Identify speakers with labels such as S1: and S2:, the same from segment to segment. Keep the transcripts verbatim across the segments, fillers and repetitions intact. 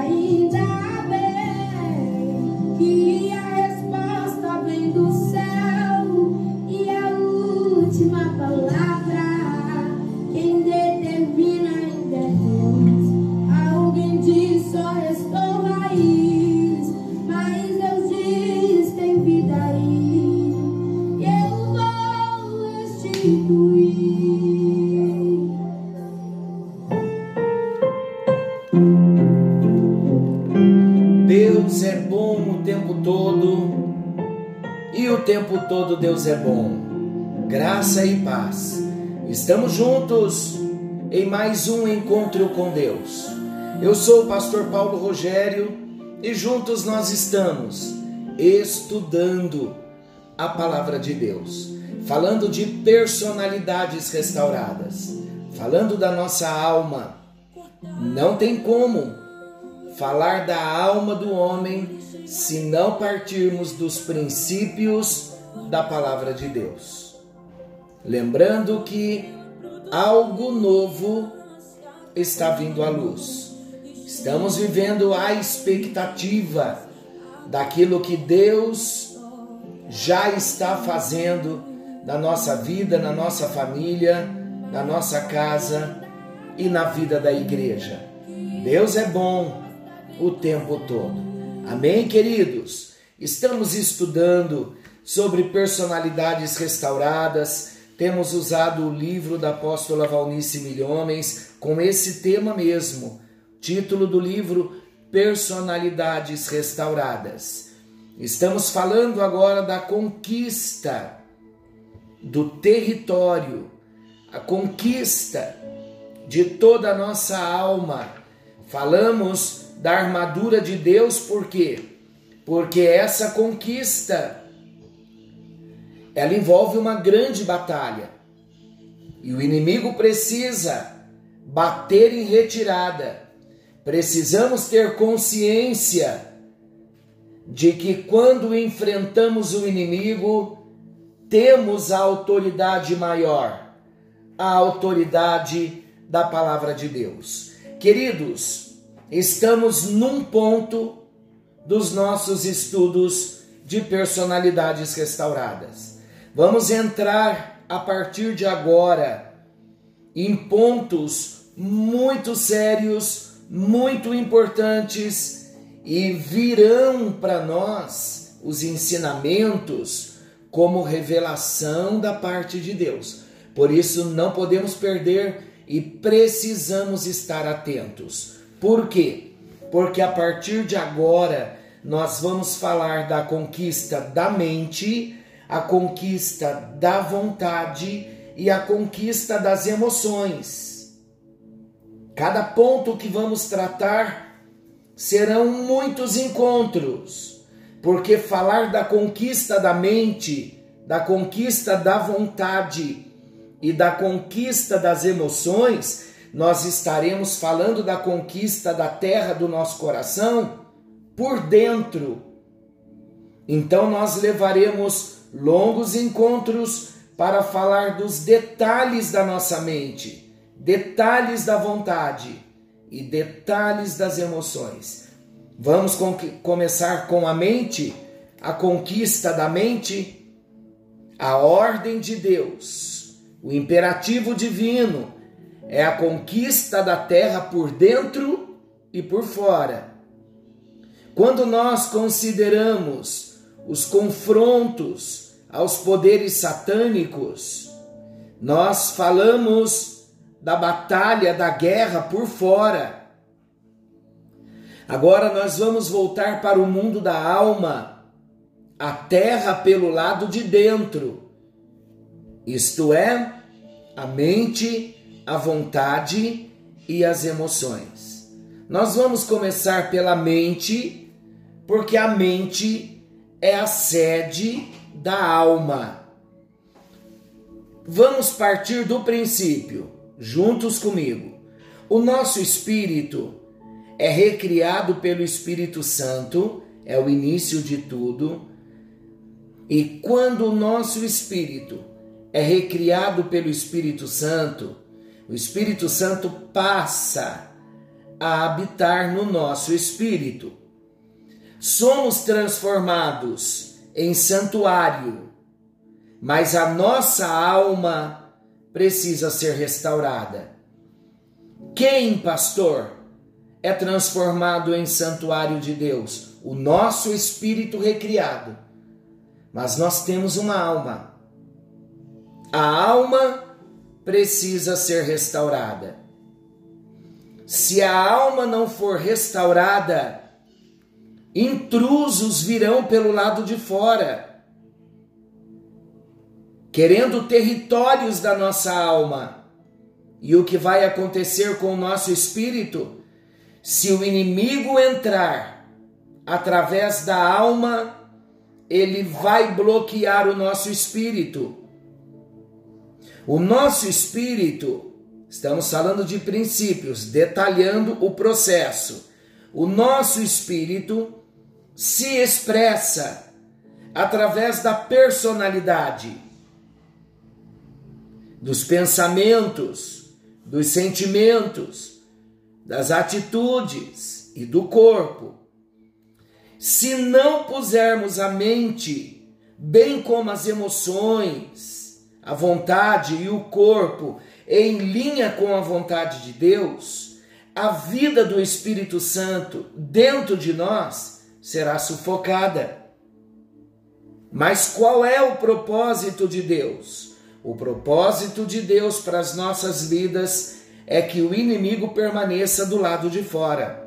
S1: ainda bem que a resposta vem do céu e a última palavra quem determina ainda é Deus. Alguém diz só restou raiz, mas Deus diz tem vida aí, eu vou restituir.
S2: Deus é bom o tempo todo e o tempo todo Deus é bom. Graça e paz. Estamos juntos em mais um encontro com Deus. Eu sou o pastor Paulo Rogério e juntos nós estamos estudando a palavra de Deus, falando de personalidades restauradas, falando da nossa alma. Não tem como falar da alma do homem se não partirmos dos princípios da palavra de Deus. Lembrando que algo novo está vindo à luz. Estamos vivendo a expectativa daquilo que Deus já está fazendo na nossa vida, na nossa família, na nossa casa e na vida da igreja. Deus é bom o tempo todo. Amém, queridos? Estamos estudando sobre personalidades restauradas. Temos usado o livro da apóstola Valnice Milhomens com esse tema mesmo. Título do livro: Personalidades Restauradas. Estamos falando agora da conquista do território, a conquista de toda a nossa alma. Falamos da armadura de Deus, por quê? Porque essa conquista, ela envolve uma grande batalha. E o inimigo precisa bater em retirada. Precisamos ter consciência de que quando enfrentamos o inimigo, temos a autoridade maior, a autoridade da palavra de Deus. Queridos, estamos num ponto dos nossos estudos de personalidades restauradas. Vamos entrar a partir de agora em pontos muito sérios, muito importantes, e virão para nós os ensinamentos como revelação da parte de Deus. Por isso não podemos perder e precisamos estar atentos. Por quê? Porque a partir de agora nós vamos falar da conquista da mente, a conquista da vontade e a conquista das emoções. Cada ponto que vamos tratar serão muitos encontros, porque falar da conquista da mente, da conquista da vontade e da conquista das emoções, nós estaremos falando da conquista da terra do nosso coração por dentro. Então nós levaremos longos encontros para falar dos detalhes da nossa mente, detalhes da vontade e detalhes das emoções. Vamos com, começar com a mente, a conquista da mente, a ordem de Deus, o imperativo divino, é a conquista da terra por dentro e por fora. Quando nós consideramos os confrontos aos poderes satânicos, nós falamos da batalha, da guerra por fora. Agora nós vamos voltar para o mundo da alma, a terra pelo lado de dentro, isto é, a mente, a vontade e as emoções. Nós vamos começar pela mente, porque a mente é a sede da alma. Vamos partir do princípio, juntos comigo. O nosso espírito é recriado pelo Espírito Santo, é o início de tudo. E quando o nosso espírito é recriado pelo Espírito Santo, o Espírito Santo passa a habitar no nosso espírito. Somos transformados em santuário, mas a nossa alma precisa ser restaurada. Quem, pastor, é transformado em santuário de Deus? O nosso espírito recriado. Mas nós temos uma alma. A alma precisa ser restaurada. Se a alma não for restaurada, intrusos virão pelo lado de fora, querendo territórios da nossa alma. E o que vai acontecer com o nosso espírito? Se o inimigo entrar através da alma, ele vai bloquear o nosso espírito. O nosso espírito, estamos falando de princípios, detalhando o processo. O nosso espírito se expressa através da personalidade, dos pensamentos, dos sentimentos, das atitudes e do corpo. Se não pusermos a mente, bem como as emoções, a vontade e o corpo em linha com a vontade de Deus, a vida do Espírito Santo dentro de nós será sufocada. Mas qual é o propósito de Deus? O propósito de Deus para as nossas vidas é que o inimigo permaneça do lado de fora.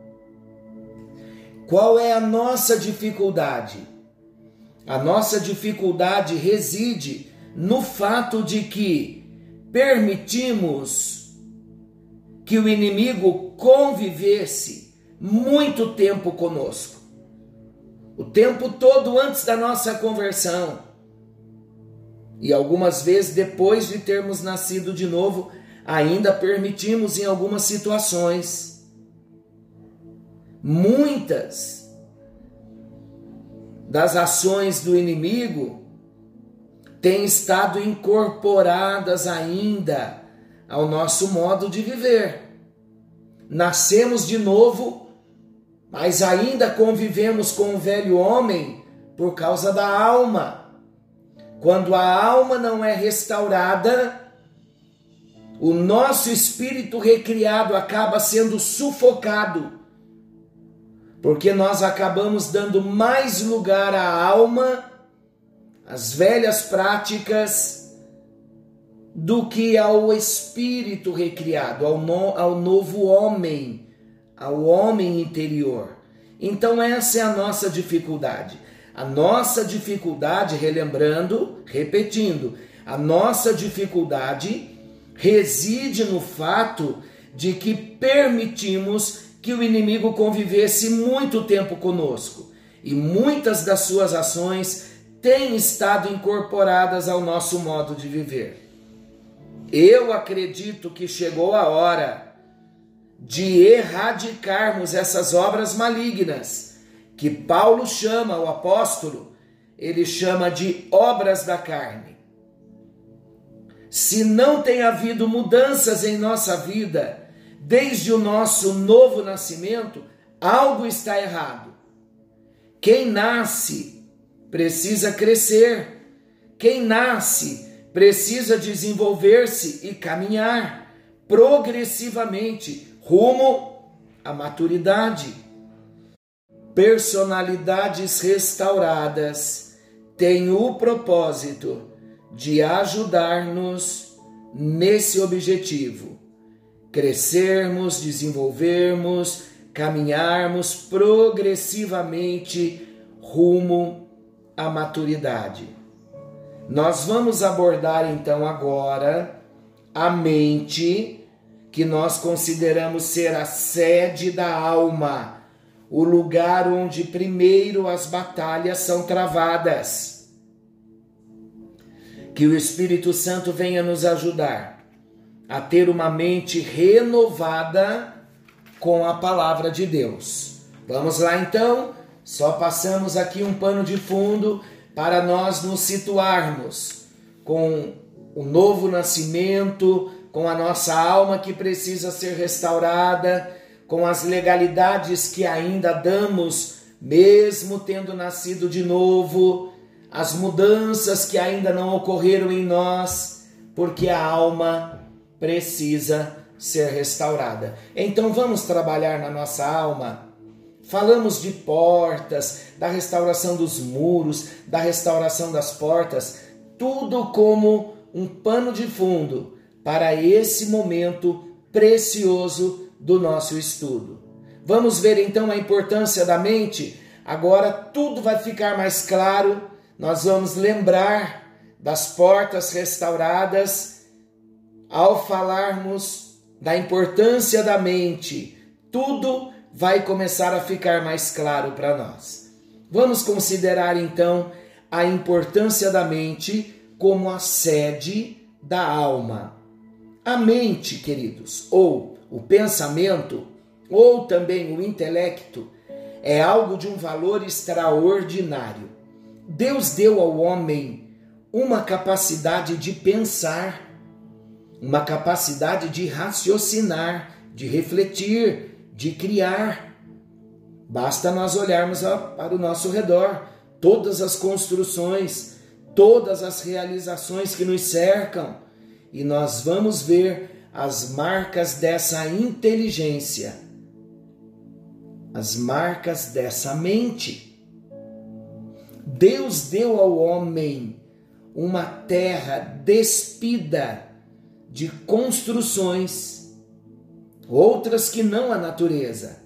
S2: Qual é a nossa dificuldade? A nossa dificuldade reside no fato de que permitimos que o inimigo convivesse muito tempo conosco. O tempo todo antes da nossa conversão. E algumas vezes depois de termos nascido de novo, ainda permitimos em algumas situações. Muitas das ações do inimigo têm estado incorporadas ainda ao nosso modo de viver. Nascemos de novo, mas ainda convivemos com o velho homem por causa da alma. Quando a alma não é restaurada, o nosso espírito recriado acaba sendo sufocado, porque nós acabamos dando mais lugar à alma, às velhas práticas, do que ao espírito recriado, ao, no, ao novo homem, ao homem interior. Então essa é a nossa dificuldade. A nossa dificuldade, relembrando, repetindo, a nossa dificuldade reside no fato de que permitimos que o inimigo convivesse muito tempo conosco. E muitas das suas ações têm estado incorporadas ao nosso modo de viver. Eu acredito que chegou a hora de erradicarmos essas obras malignas, que Paulo chama, o apóstolo, ele chama de obras da carne. Se não tem havido mudanças em nossa vida, desde o nosso novo nascimento, algo está errado. Quem nasce precisa crescer. Quem nasce precisa desenvolver-se e caminhar progressivamente rumo à maturidade. Personalidades restauradas têm o propósito de ajudar-nos nesse objetivo. Crescermos, desenvolvermos, caminharmos progressivamente rumo à maturidade. Nós vamos abordar então agora a mente, que nós consideramos ser a sede da alma, o lugar onde primeiro as batalhas são travadas. Que o Espírito Santo venha nos ajudar a ter uma mente renovada com a palavra de Deus. Vamos lá então, só passamos aqui um pano de fundo para nós nos situarmos com o novo nascimento, com a nossa alma que precisa ser restaurada, com as legalidades que ainda damos, mesmo tendo nascido de novo, as mudanças que ainda não ocorreram em nós, porque a alma precisa ser restaurada. Então vamos trabalhar na nossa alma. Falamos de portas, da restauração dos muros, da restauração das portas, tudo como um pano de fundo para esse momento precioso do nosso estudo. Vamos ver então a importância da mente. Agora tudo vai ficar mais claro. Nós vamos lembrar das portas restauradas ao falarmos da importância da mente. Tudo vai começar a ficar mais claro para nós. Vamos considerar então a importância da mente como a sede da alma. A mente, queridos, ou o pensamento, ou também o intelecto, é algo de um valor extraordinário. Deus deu ao homem uma capacidade de pensar, uma capacidade de raciocinar, de refletir, de criar. Basta nós olharmos para o nosso redor, todas as construções, todas as realizações que nos cercam, e nós vamos ver as marcas dessa inteligência, as marcas dessa mente. Deus deu ao homem uma terra despida de construções, outras que não a natureza.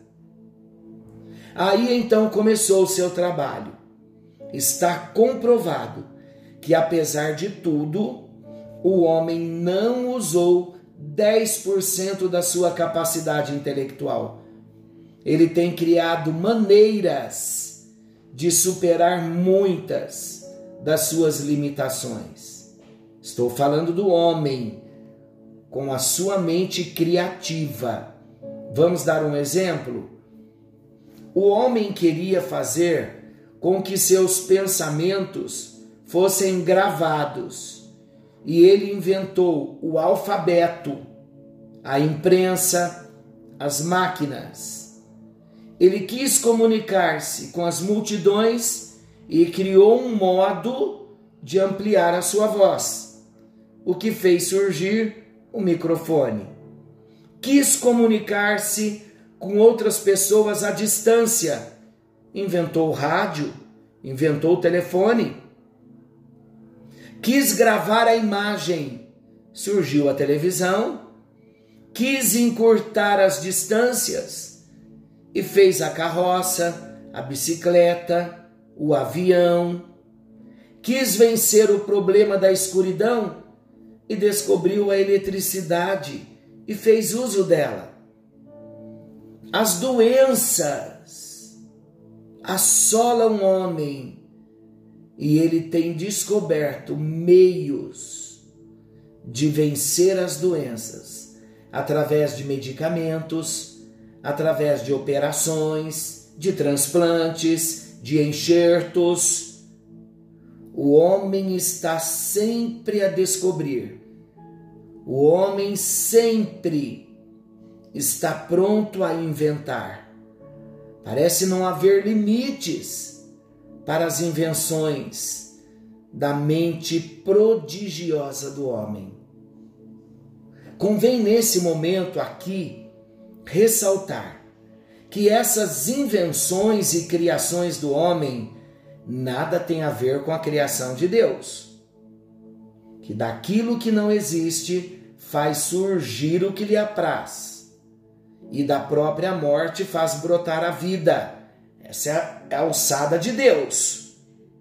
S2: Aí então começou o seu trabalho. Está comprovado que, apesar de tudo, o homem não usou dez por cento da sua capacidade intelectual. Ele tem criado maneiras de superar muitas das suas limitações. Estou falando do homem com a sua mente criativa. Vamos dar um exemplo? O homem queria fazer com que seus pensamentos fossem gravados, e ele inventou o alfabeto, a imprensa, as máquinas. Ele quis comunicar-se com as multidões e criou um modo de ampliar a sua voz, o que fez surgir o microfone. Quis comunicar-se com outras pessoas à distância, inventou o rádio, inventou o telefone. Quis gravar a imagem, surgiu a televisão. Quis encurtar as distâncias e fez a carroça, a bicicleta, o avião. Quis vencer o problema da escuridão e descobriu a eletricidade e fez uso dela. As doenças assolam o homem e ele tem descoberto meios de vencer as doenças através de medicamentos, através de operações, de transplantes, de enxertos. O homem está sempre a descobrir. O homem sempre está pronto a inventar. Parece não haver limites para as invenções da mente prodigiosa do homem. Convém nesse momento aqui ressaltar que essas invenções e criações do homem nada tem a ver com a criação de Deus, que daquilo que não existe faz surgir o que lhe apraz, e da própria morte faz brotar a vida. Essa é a alçada de Deus.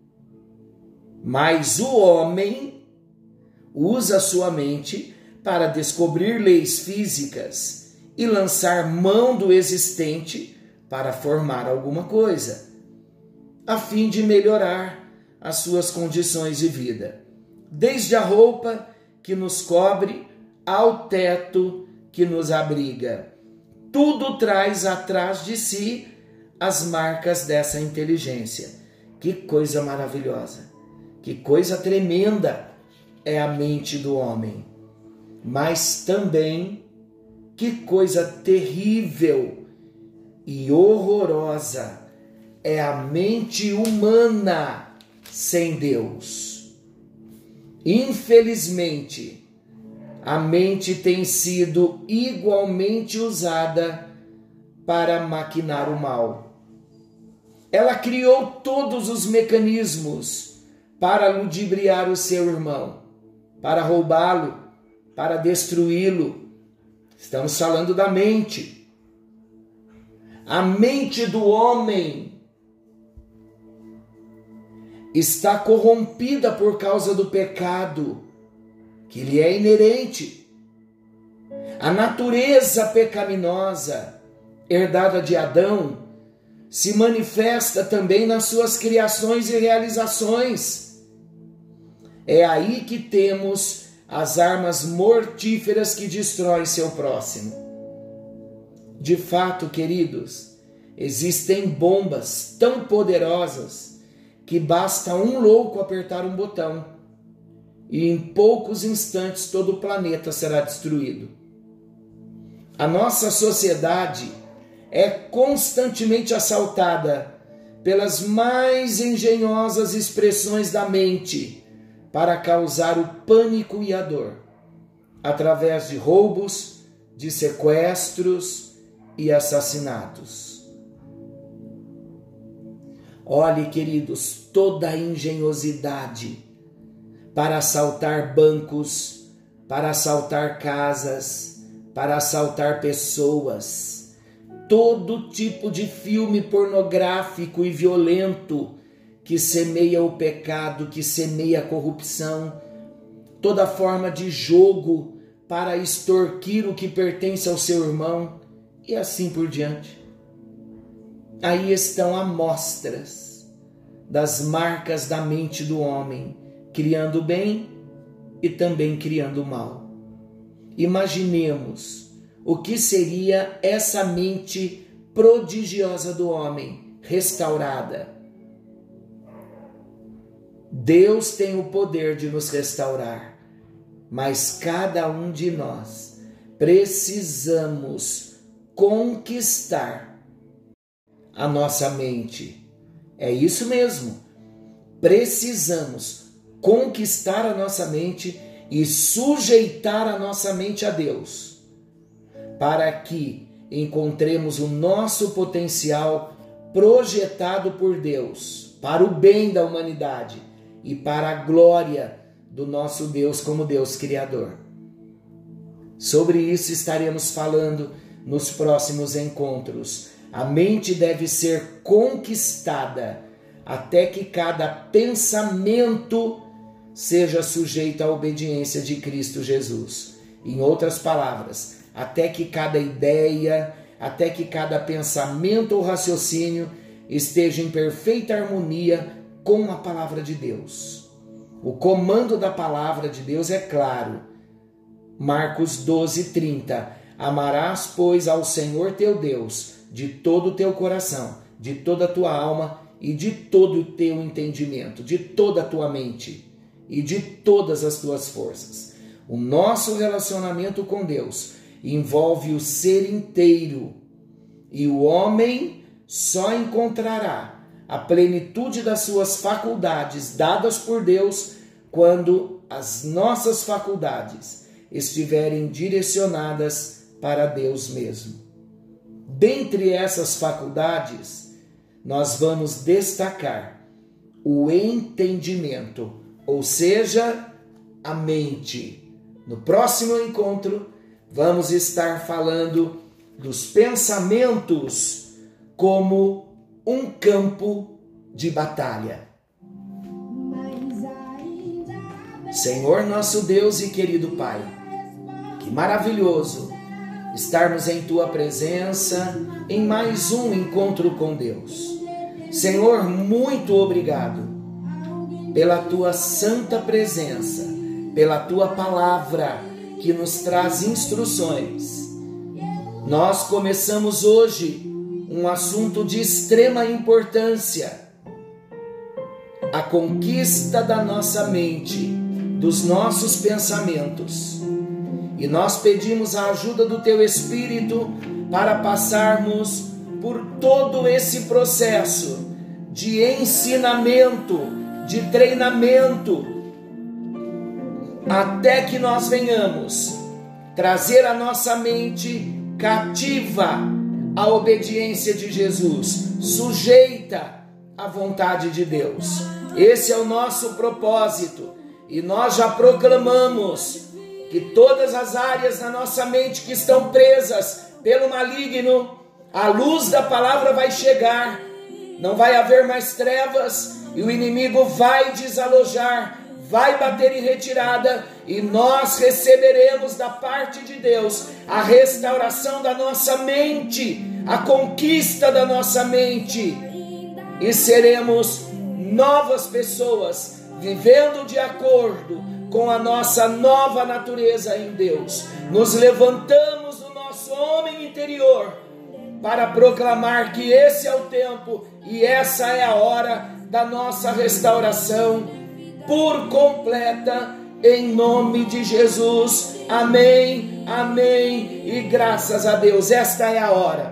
S2: Mas o homem usa sua mente para descobrir leis físicas e lançar mão do existente para formar alguma coisa, a fim de melhorar as suas condições de vida, desde a roupa que nos cobre ao teto que nos abriga. Tudo traz atrás de si as marcas dessa inteligência. Que coisa maravilhosa, que coisa tremenda é a mente do homem. Mas também que coisa terrível e horrorosa é a mente humana sem Deus. Infelizmente, a mente tem sido igualmente usada para maquinar o mal. Ela criou todos os mecanismos para ludibriar o seu irmão, para roubá-lo, para destruí-lo. Estamos falando da mente. A mente do homem está corrompida por causa do pecado, que lhe é inerente. A natureza pecaminosa, herdada de Adão, se manifesta também nas suas criações e realizações. É aí que temos as armas mortíferas que destroem seu próximo. De fato, queridos, existem bombas tão poderosas que basta um louco apertar um botão e em poucos instantes todo o planeta será destruído. A nossa sociedade é constantemente assaltada pelas mais engenhosas expressões da mente para causar o pânico e a dor, através de roubos, de sequestros e assassinatos. Olhe, queridos, toda a engenhosidade para assaltar bancos, para assaltar casas, para assaltar pessoas, todo tipo de filme pornográfico e violento que semeia o pecado, que semeia a corrupção, toda forma de jogo para extorquir o que pertence ao seu irmão, e assim por diante. Aí estão amostras das marcas da mente do homem, criando o bem e também criando o mal. Imaginemos o que seria essa mente prodigiosa do homem, restaurada. Deus tem o poder de nos restaurar, mas cada um de nós precisamos conquistar a nossa mente. É isso mesmo. Precisamos conquistar a nossa mente e sujeitar a nossa mente a Deus, para que encontremos o nosso potencial projetado por Deus para o bem da humanidade e para a glória do nosso Deus como Deus Criador. Sobre isso estaremos falando nos próximos encontros. A mente deve ser conquistada até que cada pensamento seja sujeito à obediência de Cristo Jesus. Em outras palavras, até que cada ideia, até que cada pensamento ou raciocínio esteja em perfeita harmonia com a palavra de Deus. O comando da palavra de Deus é claro. Marcos doze, trinta. Amarás, pois, ao Senhor teu Deus de todo o teu coração, de toda a tua alma e de todo o teu entendimento, de toda a tua mente e de todas as tuas forças. O nosso relacionamento com Deus envolve o ser inteiro, e o homem só encontrará a plenitude das suas faculdades dadas por Deus quando as nossas faculdades estiverem direcionadas para Deus mesmo. Dentre essas faculdades, nós vamos destacar o entendimento, ou seja, a mente. No próximo encontro, vamos estar falando dos pensamentos como um campo de batalha. Senhor nosso Deus e querido Pai, que maravilhoso estarmos em Tua presença em mais um encontro com Deus. Senhor, muito obrigado pela Tua santa presença, pela Tua palavra que nos traz instruções. Nós começamos hoje um assunto de extrema importância: a conquista da nossa mente, dos nossos pensamentos. E nós pedimos a ajuda do Teu Espírito para passarmos por todo esse processo de ensinamento, de treinamento, até que nós venhamos trazer a nossa mente cativa à obediência de Jesus, sujeita à vontade de Deus. Esse é o nosso propósito, e nós já proclamamos que todas as áreas da nossa mente que estão presas pelo maligno, a luz da palavra vai chegar, não vai haver mais trevas, e o inimigo vai desalojar, vai bater em retirada, e nós receberemos da parte de Deus a restauração da nossa mente, a conquista da nossa mente, e seremos novas pessoas, vivendo de acordo com a nossa nova natureza em Deus. Nos levantamos do nosso homem interior para proclamar que esse é o tempo e essa é a hora da nossa restauração por completa, em nome de Jesus. Amém, amém e graças a Deus. Esta é a hora.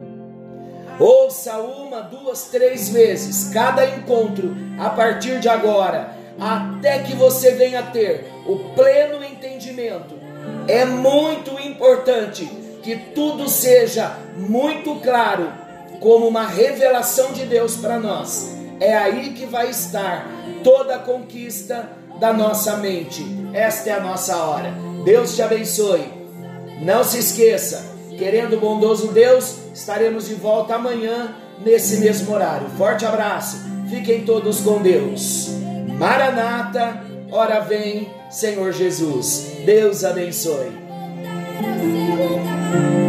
S2: Ouça uma, duas, três vezes cada encontro a partir de agora, até que você venha ter o pleno entendimento. É muito importante que tudo seja muito claro, como uma revelação de Deus para nós. É aí que vai estar toda a conquista da nossa mente. Esta é a nossa hora. Deus te abençoe. Não se esqueça, querendo o bondoso Deus, estaremos de volta amanhã nesse mesmo horário. Forte abraço. Fiquem todos com Deus. Maranata, ora vem, Senhor Jesus. Deus abençoe.